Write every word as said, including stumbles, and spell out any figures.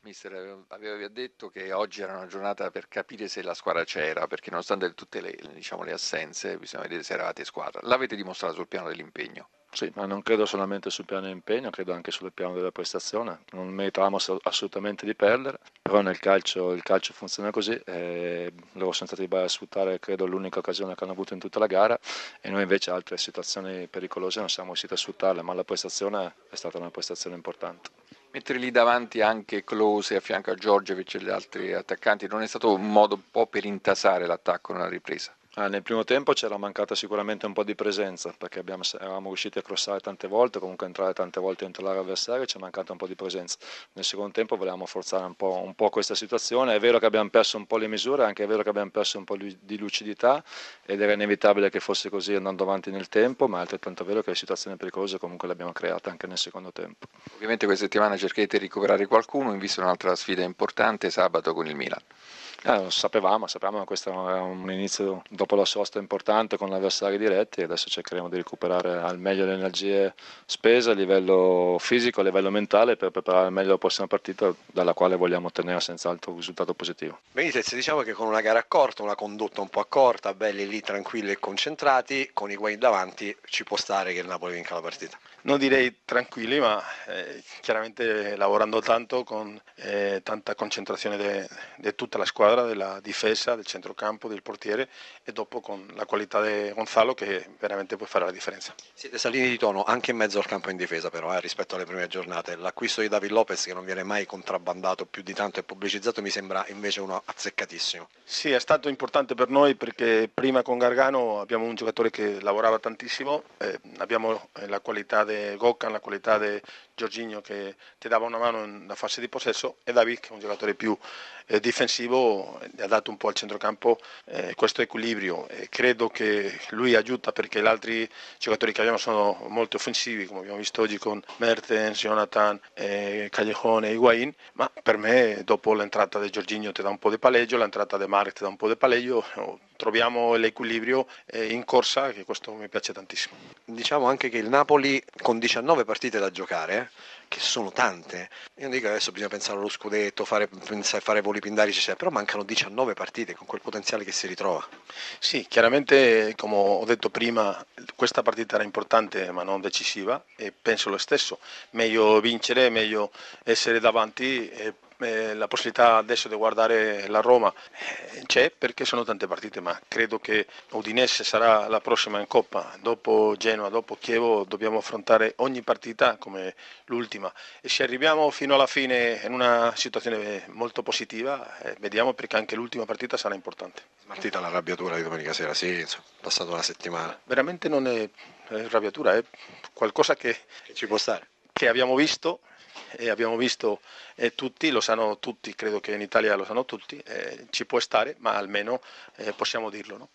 Mister, ave- aveva detto che oggi era una giornata per capire se la squadra c'era, perché nonostante tutte le, diciamo, le assenze, bisogna vedere se eravate squadra. L'avete dimostrato sul piano dell'impegno. Sì, ma non credo solamente sul piano dell'impegno, credo anche sul piano della prestazione. Non meritavamo ass- assolutamente di perdere, però nel calcio il calcio funziona così e loro sono stati bravi a sfruttare, credo, l'unica occasione che hanno avuto in tutta la gara e noi invece altre situazioni pericolose non siamo riusciti a sfruttarle, ma la prestazione è stata una prestazione importante. Mettere lì davanti anche Klose a fianco a Djordjevic e gli altri attaccanti non è stato un modo un po' per intasare l'attacco nella ripresa. Ah, nel primo tempo c'era mancata sicuramente un po' di presenza perché abbiamo, eravamo riusciti a crossare tante volte, comunque a entrare tante volte dentro l'area avversaria, c'è mancata un po' di presenza. Nel secondo tempo volevamo forzare un po', un po' questa situazione, è vero che abbiamo perso un po' le misure, anche è vero che abbiamo perso un po' di lucidità ed era inevitabile che fosse così andando avanti nel tempo, ma è altrettanto vero che le situazioni pericolose comunque le abbiamo create anche nel secondo tempo. Ovviamente questa settimana cercherete di recuperare qualcuno in vista di un'altra sfida importante sabato con il Milan. Eh, lo sapevamo, sapevamo che questo era un inizio dopo la sosta importante con avversari diretti e adesso cercheremo di recuperare al meglio le energie spese a livello fisico, a livello mentale per preparare al meglio la prossima partita dalla quale vogliamo ottenere senz'altro un risultato positivo. Benitez, diciamo che con una gara accorta, una condotta un po' accorta, belli lì tranquilli e concentrati, con Higuaín davanti ci può stare che il Napoli vinca la partita. Non direi tranquilli, ma eh, chiaramente lavorando tanto con eh, tanta concentrazione di tutta la squadra, della difesa, del centrocampo, del portiere e dopo con la qualità di Gonzalo che veramente può fare la differenza. Siete saliti di tono anche in mezzo al campo in difesa però eh, rispetto alle prime giornate. L'acquisto di David Lopez che non viene mai contrabbandato più di tanto e pubblicizzato mi sembra invece uno azzeccatissimo. Sì, è stato importante per noi perché prima con Gargano abbiamo un giocatore che lavorava tantissimo, eh, abbiamo la qualità di Gökhan, la qualità di Jorginho che ti dava una mano nella fase di possesso e David che è un giocatore più eh, difensivo gli ha dato un po' al centrocampo eh, questo equilibrio e credo che lui aiuta perché gli altri giocatori che abbiamo sono molto offensivi come abbiamo visto oggi con Mertens, Jonathan, eh, Callejon e Higuaín, ma per me dopo l'entrata di Jorginho ti dà un po' di palleggio, l'entrata di Marc ti dà un po' di palleggio, troviamo l'equilibrio eh, in corsa che questo mi piace tantissimo. Diciamo anche che il Napoli con diciannove partite da giocare, eh, che sono tante, io non dico che adesso bisogna pensare allo scudetto, fare, pensare, fare voli pindarici, cioè, però mancano diciannove partite con quel potenziale che si ritrova. Sì, chiaramente come ho detto prima questa partita era importante ma non decisiva e penso lo stesso, meglio vincere, meglio essere davanti e eh, la possibilità adesso di guardare la Roma eh, c'è perché sono tante partite, ma credo che Udinese sarà la prossima in Coppa, dopo Genoa, dopo Chievo dobbiamo affrontare ogni partita come l'ultima e se arriviamo fino alla fine in una situazione molto positiva eh, vediamo perché anche l'ultima partita sarà importante. Smartita l'arrabbiatura di domenica sera, sì, insomma, passata una settimana. Veramente non è, è rabiatura, è qualcosa che, Che ci può stare. che abbiamo visto e abbiamo visto eh, tutti, lo sanno tutti, credo che in Italia lo sanno tutti, eh, ci può stare, ma almeno eh, possiamo dirlo, no?